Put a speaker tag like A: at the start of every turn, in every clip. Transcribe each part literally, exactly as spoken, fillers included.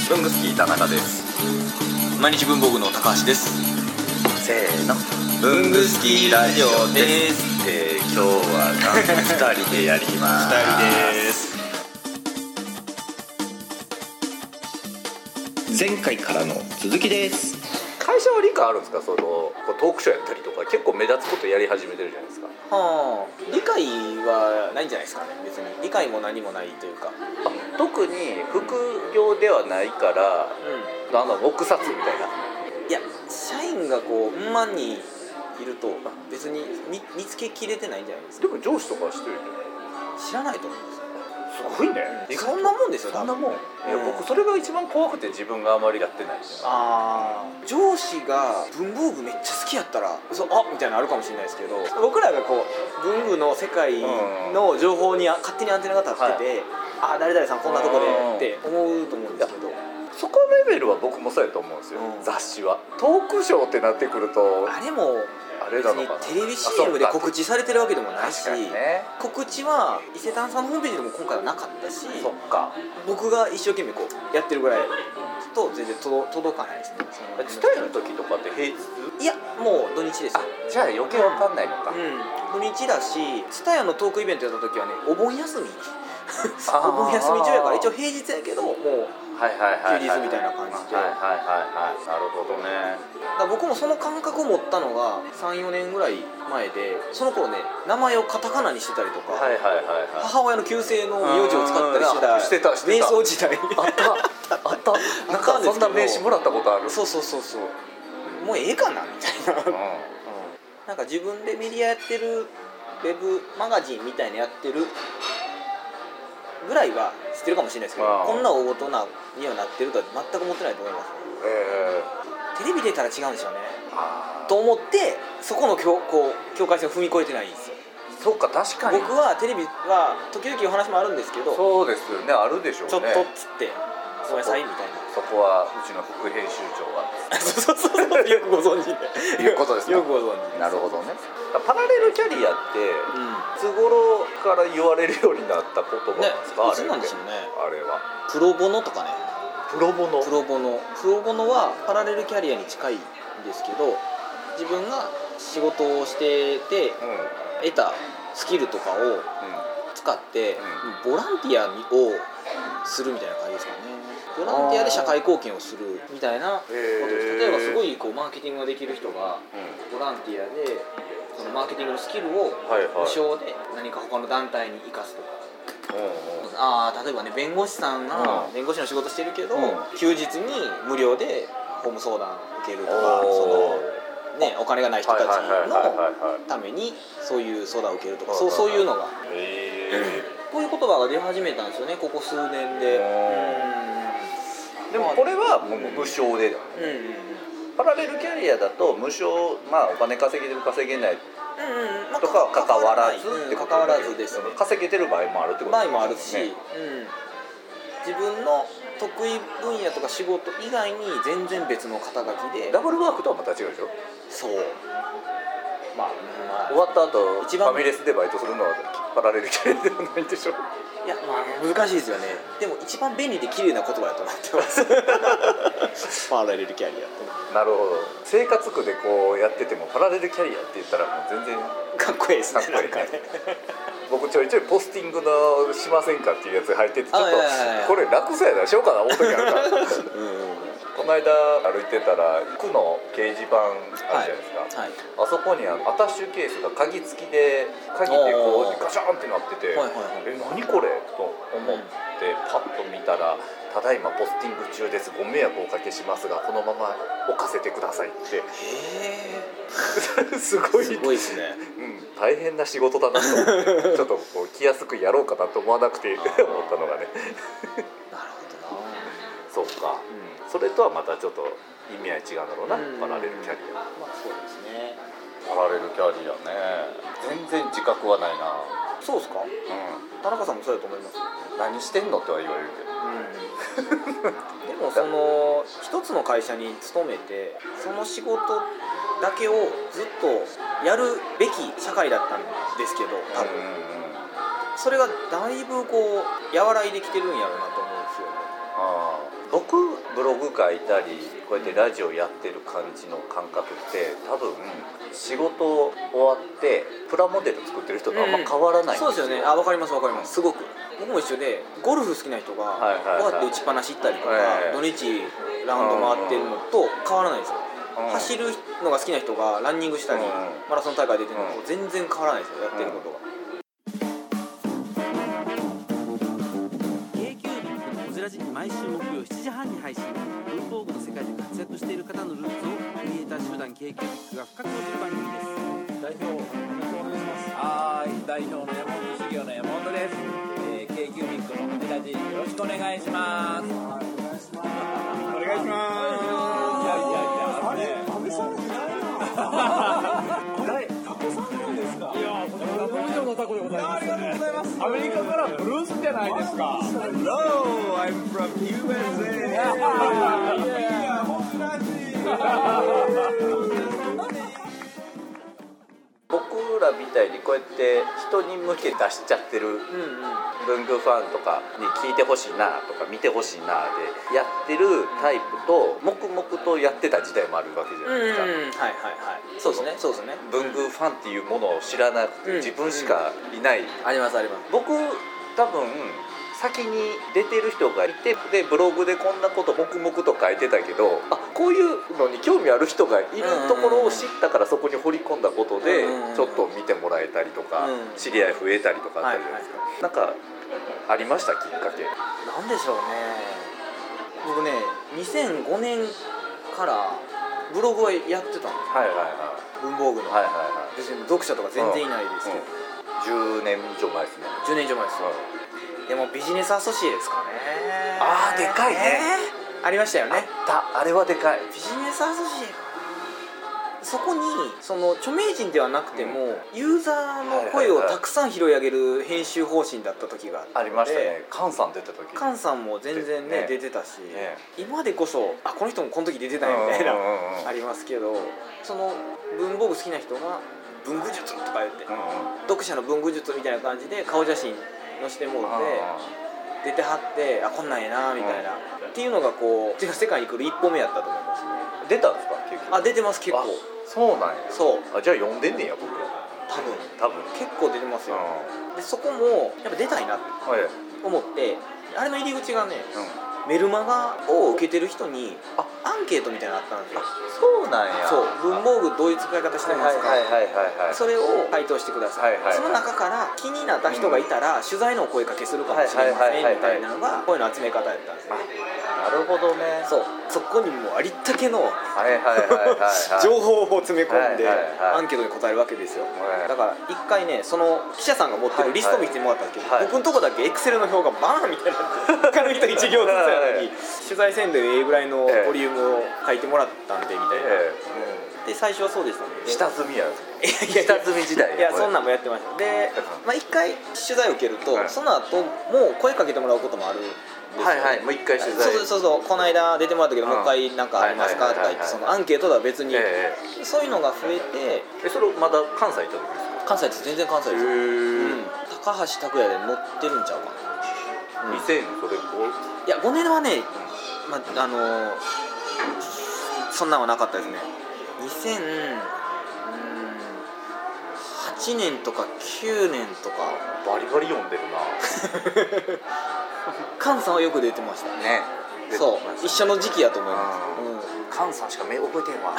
A: 文具スキー田中です。
B: 毎日文房具の高橋です。
A: せーの、文具スキーラジオです。えー、今日はなんとふたりでやります。
B: ふたりです。
A: 前回からの続きです。会社は理解あるんですか？そのトークショーやったりとか結構目立つことやり始めてるじゃないですか。
B: はあ、理解はないんじゃないですかね。別に理解も何もないというか、
A: あ、特に副業ではないから、うん、なんだ黙殺みたいな。
B: いや、社員がこう万人いると別に 見, 見つけきれてないんじゃないですか。
A: でも上司とかは知ってる
B: じゃん。知らないと思います。
A: すごいね、
B: うん、そんなもんですよ。
A: そんなもん。いや、僕それが一番怖くて自分があまりやってないんですよ。
B: ああ、上司が文房具めっちゃ好きやったらそうあみたいなのあるかもしれないですけど、僕らがこう文具の世界の情報に勝手にアンテナが立ってて、はい、あ誰々さんこんなとこでって思うと思うんですけど、
A: そこレベルは僕もそうやと思うんですよ、うん、雑誌は。トークショーってなってくると
B: あれもあれ別にテレビ シーエム で告知されてるわけでもないし、ね、告知は伊勢丹さんのホームページでも今回はなかったし、
A: そっか、僕
B: が一生懸命こうやってるぐらいと全然届かないですね。
A: ツタヤの時とかって平日？
B: いや、もう土日ですよ。
A: あ、じゃあ余計わかんないのか、
B: うん、土日だし、ツタヤのトークイベントやった時はね、お盆休みお盆休み中やから一応平日やけどもう休日みたいな感じで、
A: はいはいはいはい、なるほどね。
B: だ僕もその感覚を持ったのが さん,よ 年ぐらい前で、その頃ね名前をカタカナにしてたりとか、はいはいはいはい、母親の旧姓の名字を使ったりしてたしてた瞑想時代あ
A: ったあったなんかそんな名刺もらったことある。
B: そうそうそうそう、もうええかなみたいな、うんうん、なんか自分でメディアやってるウェブマガジンみたいなやってるぐらいは知ってるかもしれないですけど、こんな大事なにはなってるとは全く思ってないと思います、えー、テレビ出たら違うんでしょうねと思って、そこの境、こう境界線を踏み越えてないんですよ。
A: そうか、確かに
B: 僕はテレビは時々お話もあるんですけど、
A: そうですよね、あるでしょうね、
B: ちょっとっつってごめんなさいみたいな。
A: そこはうちの副編集長は
B: そうそうそう、よくご存知で
A: いうことですね。
B: よくご存知。
A: なるほどね。パラレルキャリアって、うん、いつ頃から言われるようになった言葉なんですか？ね、
B: いつなんでしょうね。
A: あれは
B: プロボノとかね。
A: プロボノ
B: プロボノプロボノはパラレルキャリアに近いんですけど、自分が仕事をしてて、うん、得たスキルとかを使って、うん、ボランティアをするみたいな感じですかね。ボランティアで社会貢献をするみたいなことです。例えばすごいこうマーケティングができる人がボランティアでそのマーケティングのスキルを無償で何か他の団体に生かすとか、はいはい、あ例えばね、弁護士さんが弁護士の仕事してるけど、うん、休日に無料で法務相談受けるとか、そのね、お金がない人たちのためにそういう相談を受けるとか、そう、そういうのが、こういう言葉が出始めたんですよね、ここ数年で。
A: でもこれはもう無償でだ、うんうんうん、パラレルキャリアだと無償、まあお金稼げてる稼げないとかは関わらずってこと、
B: 関わらずですね。
A: 稼げてる場合もあるってことですね。
B: 場合もあるし、うん、自分の得意分野とか仕事以外に全然別の肩書きで。
A: ダブルワークとはまた違うでしょ。
B: そう、まあ、まあ、
A: 終わった後ファミレスでバイトするのはパラレルキャリアではないんでしょ。
B: いや、まあ難しいですよね。でも一番便利で綺麗な言葉だと思ってますパラレルキャリアって。
A: なるほど。生活苦でこうやっててもパラレルキャリアって言ったらもう全然
B: かっこいいですね。なんかね
A: 僕ちょいちょいポスティングのしませんかっていうやつ入ってて、ちょっとこれ楽そうやなしようかな思う時あるから、うん、この間歩いてたら区の掲示板あるじゃないですか、はいはい、あそこにあのアタッシュケースが鍵付きで鍵でこうガシャンってなってて、はいはいはい、え何これと思ってパッと見たら、ただいまポスティング中です、ご迷惑をおかけしますがこのまま置かせてくださいって。へーすごい
B: すごいですね、
A: うん、大変な仕事だなと思ってちょっとこう気安くやろうかなと思わなくて思ったのがね
B: なるほどな。
A: そうか、うん、それとはまたちょっと意味合い違うんだろうな、うん、パラレルキャリア。
B: まあそうですね、
A: パラレルキャリアね、全然自覚はないな。
B: そうですか、うん、田中さんもそうだと思います。
A: 何してんのっては言われるけど、
B: うん、でもその一つの会社に勤めてその仕事だけをずっとやるべき社会だったんですけど、多分、うんうんうん、それがだいぶこう和らいできてるんやろうなと思うんですよね。
A: あ僕ブログ書いたりこうやってラジオやってる感じの感覚って多分仕事終わってプラモデル作ってる人とあんま変わらないんですよ、
B: うん、そうですよね。あ、分かります分かります。すごく僕も一緒で、ゴルフ好きな人がこうやって打ちっぱなし行ったりとか、はいはいはい、土日ラウンド回ってるのと変わらないですよ、うん、走るのが好きな人がランニングしたり、うん、マラソン大会出てるのと全然変わらないですよ、やってることが。
C: k q b i c のこじらじ毎週木曜しちじはんに配信。文房具の世界で活躍している方のルーツをクリエイター集団 k q b i c が深く落ちる番組です。
D: 代表お願いします。はい、代表の山本修行の山本です。えー、k q b i c のこじらじよろしくお願いします。はい、お願いします。お願いします。いやいやいや、あれ安倍さんいないな。誰？タコさんなんですか？いや、これタコ以上のタコでございます、ね。ありがとうございます。アメリカからブルースじゃないですか。Hello, I'm from ユーエスエー。いや、もうラジ。
A: 僕らみたいにこうやって人に向け出しちゃってる文具ファンとかに聞いてほしいなとか見てほしいなでやってるタイプと黙々とやってた時代もあるわけじゃないですか。
B: うんうん、はいはいはい。そうですねそうですね。
A: 文具ファンっていうものを知らなくて自分しかいない、うんうん、
B: ありますあります。
A: 僕多分先に出てる人がいてでブログでこんなこと黙々と書いてたけど、あこういうのに興味ある人がいるところを知ったからそこに掘り込んだことでちょっと見てもらえたりとか知り合い増えたりとかあったりじゃないですか、はいはい、なんかありましたきっかけ。
B: なんでしょうね。僕ねにせんごねんからブログをやってたんですよ、
A: はいはいはい、
B: 文房具の、はいはいはい、別に読者とか全然いないですけど、
A: うんうん、じゅうねん以上前ですね。
B: じゅうねん以上前ですよ、うん、でもビジネスアソシエですかね。
A: あーでかいね、
B: ありましたよね。
A: あったあれはでかい。
B: ビジネスアソシエかな。そこにその著名人ではなくても、うん、ユーザーの声をたくさん拾い上げる編集方針だった時があって、
A: ありましたね。菅さん出た時
B: 菅さんも全然ね、ね出てたし、ね、今でこそあこの人もこの時出てたよみたいな、うんうんうんうん、ありますけど、その文房具好きな人が文具術とか言って、うんうん、読者の文具術みたいな感じで顔写真載せてもらって出てはってあこんなんやなみたいな、うん、っていうのがこう世界に来る一歩目やったと思いますね。
A: 出たんですか結構。
B: あ出てます結構。
A: そうなんや。
B: そう。
A: あじゃあ読んでんねんや僕ら。
B: 多分
A: 多分
B: 結構出てますよ、うん、でそこもやっぱ出たいなって思って、はい、あれの入り口がね、うん、メルマガを受けてる人にあアンケートみたいなのあったんですよ。
A: そうなんや。
B: そう文房具どういう使い方してますか、
A: はいはいはいはい、
B: それを回答してください、はいはいはい、その中から気になった人がいたら、うん、取材のお声かけするかもしれませんみたいなのが声の集め方やったんですよ。
A: なるほどね。
B: そうそこにもありったけの
A: はいはいはいはい、
B: 情報を詰め込んで、
A: はいはいはい、
B: アンケートに答えるわけですよ、はい、だから一回ねその記者さんが持ってるリスト見せてもらったんですけど、はいはい、僕のとこだけエクセルの表がバーンみたいになって他の人いち行ずつやのに取材せんでええぐらいのボリュームを書いてもらったんでみたいな、えーうん、で最初はそうでしたね。
A: 下積みや
B: 下積み時代いやそんなんもやってましたで、まあ、一回取材を受けると、はい、その後もう声かけてもらうこともある。
A: はいはい、もう一回取材。
B: そうそうそうこの間出てもらったけど、うん、もう一回なんかありますかとか言ってそのアンケートとは別に、えー、そういうのが増えて
A: えそれまだ関西行った時ですか？
B: 関西って全然関西ですよ、うん、高橋拓也で乗ってるんちゃうかな、
A: うん、にせんそれご
B: いやごねんはね、まあのー、そんなんはなかったですね。にせんはちねんとかきゅうねんとか
A: バリバリ読んでるな
B: 菅さんはよく出てましたね。そう一緒の時期やと思います、
A: うん、菅さんしか目覚えてんわ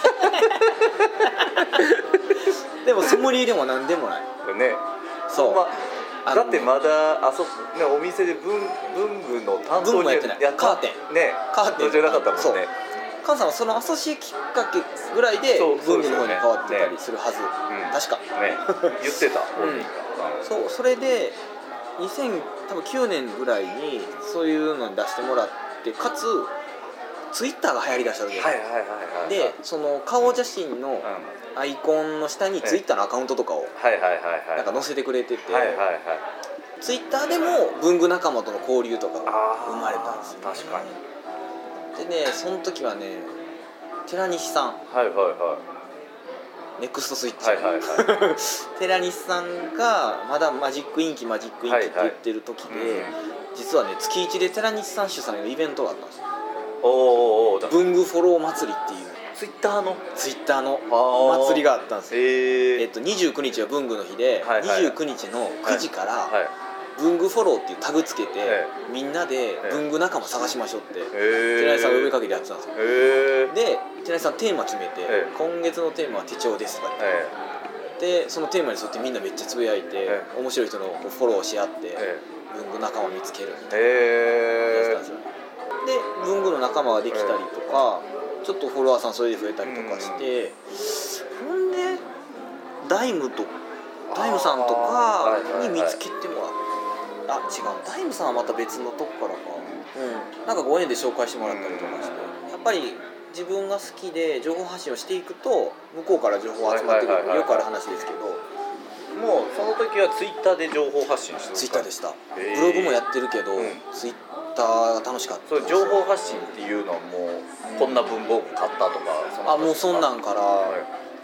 B: でもソムリエでも何でもない
A: ね。そう、まあ、だってまだあそ、ね、お店で文文具の担当に
B: やってないやカーテン
A: ねカーテンじゃなかったもんね。
B: 菅さんはそのアソシエきっかけぐらいで文具の方に変わってたりするはず、ねね、確か、
A: ね、言ってた本人が、
B: うん、そうそれでにせんきゅうねんぐらいにそういうのに出してもらってかつツイッターが流行りだした時で、はいはいはいはい、でその顔写真のアイコンの下にツイッターのアカウントとかをなんか載せてくれてて、はいはいはい、ツイッターでも文具仲間との交流とかが生まれたんですよ、ね、
A: 確かに。
B: でねその時はね寺西さん、
A: はいはいはい、
B: ネクストスイッチ、
A: はいはいはい、
B: 寺西さんがまだマジックインキマジックインキって言ってる時で、はいはい、うん、実はね月いちで寺西さん主催のイベントがあったんですよ。
A: おお
B: 文具フォロー祭りっていう
A: ツイッターの
B: ツイッターの祭りがあったんですよ。
A: えー、
B: えっとにじゅうくにちは文具の日で、
A: はいはい、
B: にじゅうくにちのくじから、
A: はいはい、
B: 文具フォローっていうタグつけて、
A: え
B: ー、みんなで文具仲間探しましょうって、
A: えー、
B: 寺井さんが呼びかけてやってたんですよ。
A: えー、
B: で寺井さんテーマ決めて、
A: えー、
B: 今月のテーマは手帳ですとか言って、えー、でそのテーマに沿ってみんなめっちゃつぶやいて、えー、面白い人のフォローし合って、えー、文具仲間見つけるみたいなやつなんですよね。で文具の仲間ができたりとか、えー、ちょっとフォロワーさんそれで増えたりとかして、ほんでダイムとダイムさんとかに見つけてもらって、あ、違う、ダイムさんはまた別のとこからか、うん、なんかご縁で紹介してもらったりとかして、やっぱり自分が好きで情報発信をしていくと向こうから情報が集まってくる、よくある話ですけど、
A: もうその時はツイッターで情報発信してる？
B: ツイッターでした。ブログもやってるけど、うん、ツイッターが楽しかった。
A: そう、情報発信っていうのはもうこんな文房具買ったとか、
B: そのあ、もうそんなんから、はい、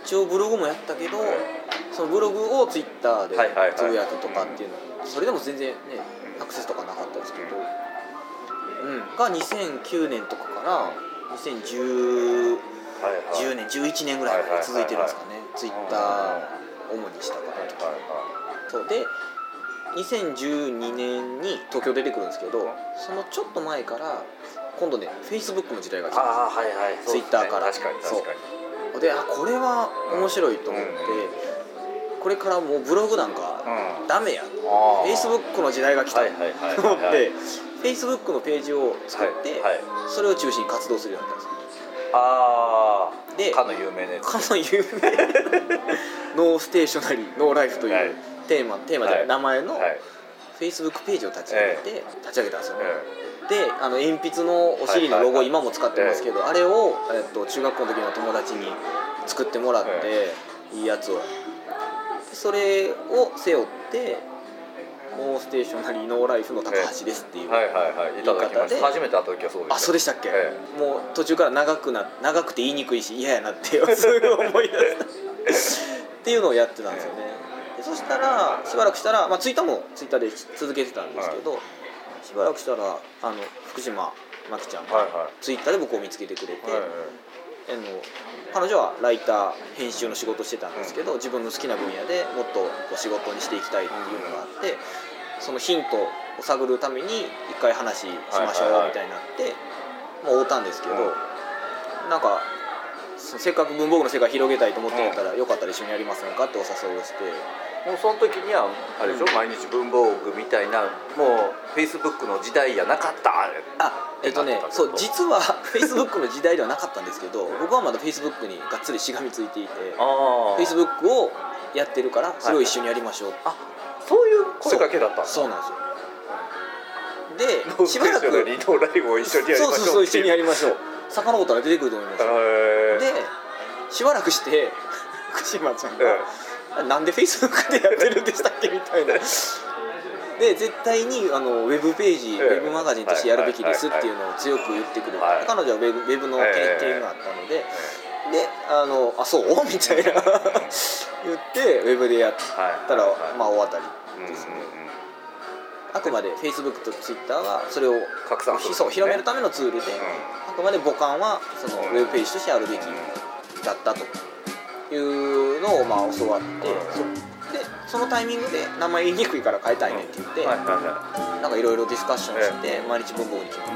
B: 一応ブログもやったけど、はい、そのブログをツイッターでつぶやくとかっていうの、はいはいはい、それでも全然ねアクセスとかなかったですけど、うん、がにせんきゅうねんとかからにせんじゅうねんじゅういちねんぐらいまで続いてるんですかね、ツイッター主にしたから、はいはいはい、そうでにせんじゅうにねんに東京出てくるんですけど、そのちょっと前から今度ねフェイスブックの時代が来たんですよ。
A: あ、はいはい、
B: ツイッターから。
A: 確かに確かに。
B: そうで、あ、これは面白いと思って、うん、これからもうブログなんかダメや、うん、フェイスブックの時代が来たと思ってフェイスブックのページを作って、はいはい、それを中心に活動するようになったんですよ。
A: ああ、
B: で
A: かの有名なやつ、
B: かの有名ノーステーショナリーノーライフという、はい、テーマテーマじゃない、はい、名前のフェイスブックページを立ち上げて、はい、立ち上げたんですよね、はい、であの鉛筆のお尻のロゴ、はいはいはい、今も使ってますけど、はい、あれを、えっと、中学校の時の友達に作ってもらって、はい、いいやつをそれを背負ってノーステーショナリーノーライフの高橋ですっていう言い方で、
A: 初めて会った時はそうでした。
B: あ、そうでしたっけ、ええ、もう途中から長くな長くて言いにくいし嫌やなっていうそういう思い出っていうのをやってたんですよね。でそしたらしばらくしたら、まあ、ツイッターもツイッターで続けてたんですけど、はい、しばらくしたらあの福島真希ちゃんがツイッターで僕を見つけてくれて、はいはい、あの彼女はライター編集の仕事をしてたんですけど、うん、自分の好きな分野でもっとこう仕事にしていきたいっていうのがあって、うん、そのヒントを探るために一回話しましょうみたいになって、まあ、会うたんですけど、うん、なんかせっかく文房具の世界広げたいと思ってんやったら、うん、よかったら一緒にやりませんかってお誘いをして、
A: もうその時にはあれでしょ、うん、毎日文房具みたいなもうフェイスブックの時代やなかった
B: あえっとねそう実はフェイスブックの時代ではなかったんですけど僕はまだフェイスブックにがっつりしがみついていてフェイスブックをやってるからそれを一緒にやりましょう、はい、
A: あそういう声かけだったんですか。
B: そうなんですよ。でしばらく
A: ノーステーショナリーノーライフを一緒にやりましょう
B: そうそうそう一緒にやりましょう遡ったら出てくると思いますよ。でしばらくして福島ちゃんが、ええ、なんでフェイスブックでやってるんでしたっけみたいなで絶対にあのウェブページ、ええ、ウェブマガジンとしてやるべきですっていうのを強く言ってくる、はい、彼女はウェブ、ウェブの経験があったので、ええ、であのあそうみたいな言ってウェブでやったら、はい、まあ大当たりですね、うんうんうん、あくまで Facebook と Twitter はそれを
A: 拡散する、ね、
B: そう広めるためのツールで、うん、あくまで母艦はそのウェブページとしてあるべきだったというのをまあ教わって、うん、でそのタイミングで名前言いにくいから変えたいねって言って、うんはいはいはい、なんかいろいろディスカッションして、えー、毎日文房具に決まって、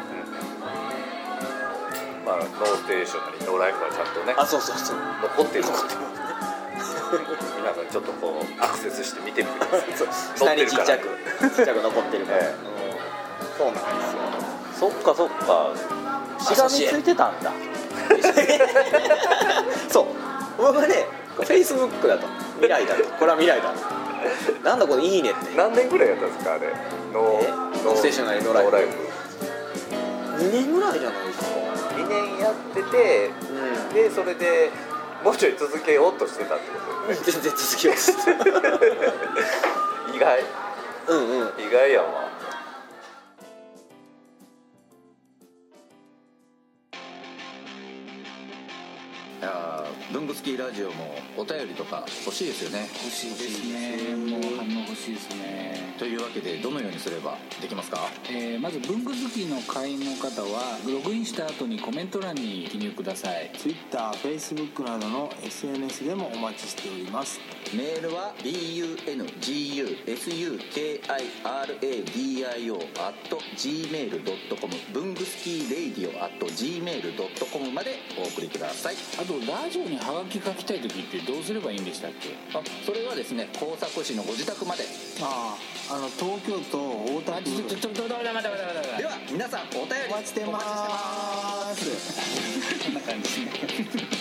A: うんまあ、ノーステーショナリーノーライフはちゃんとね
B: あそうそうそう
A: 残ってる残ってます皆さんちょっとこうアクセスして見てみてください
B: 下にちっちゃくちっちゃく残ってるから、えー、そうなんですよ。
A: そっかそっかしがみついてたんだ
B: そう僕はねフェイスブックだと未来だとこれは未来だとなんだこれいいねって
A: 何年ぐらいやったんですかあれノ
B: ー、ノーステーショナリーノーライフにねんぐらいじゃないですか。
A: にねんやってて、うん、でそれでもうちょい続けようとしてたってことですね
B: 全然続けようとして
A: 意外
B: うんうん
A: 意外やわ。
E: 文具好き
A: キーラジオもお便りとか欲しいですよね。
E: 欲しいですね。もう反応欲しいですね。
A: というわけでどのようにすればできますか？
E: えー、まず文具好きの会員の方はログインした後にコメント欄に記入ください。
F: Twitter、Facebook などの エスエヌエス でもお待ちしております。
A: メールは ブングスキーラディオ アット ジーメールドットコム 文具スキーレイディオ アット ジーメールドットコム までお送りください。
E: あとラジオにハガキ書きたい時ってどうすればいいんでしたっけ？
A: あ、それはですね、工作士のご自宅まで。
F: ああ、あの東京都大田区。
E: ちょちょちょちょ、待って待って待って待って。
A: では皆さんお便り
F: お待ちしてます。
E: こんな感じですね。